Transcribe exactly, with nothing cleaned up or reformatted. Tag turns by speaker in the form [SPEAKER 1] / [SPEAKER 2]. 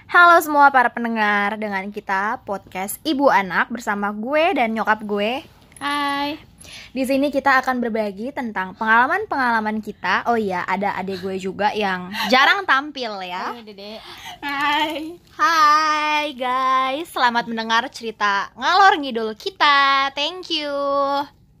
[SPEAKER 1] Halo semua para pendengar, dengan kita podcast Ibu Anak bersama gue dan nyokap gue.
[SPEAKER 2] Hai.
[SPEAKER 1] Di sini kita akan berbagi tentang pengalaman-pengalaman kita. Oh iya, ada adik gue juga yang jarang tampil ya.
[SPEAKER 2] Hai, Dede.
[SPEAKER 1] Hai. Hai guys, selamat mendengar cerita ngalor ngidul kita. Thank you.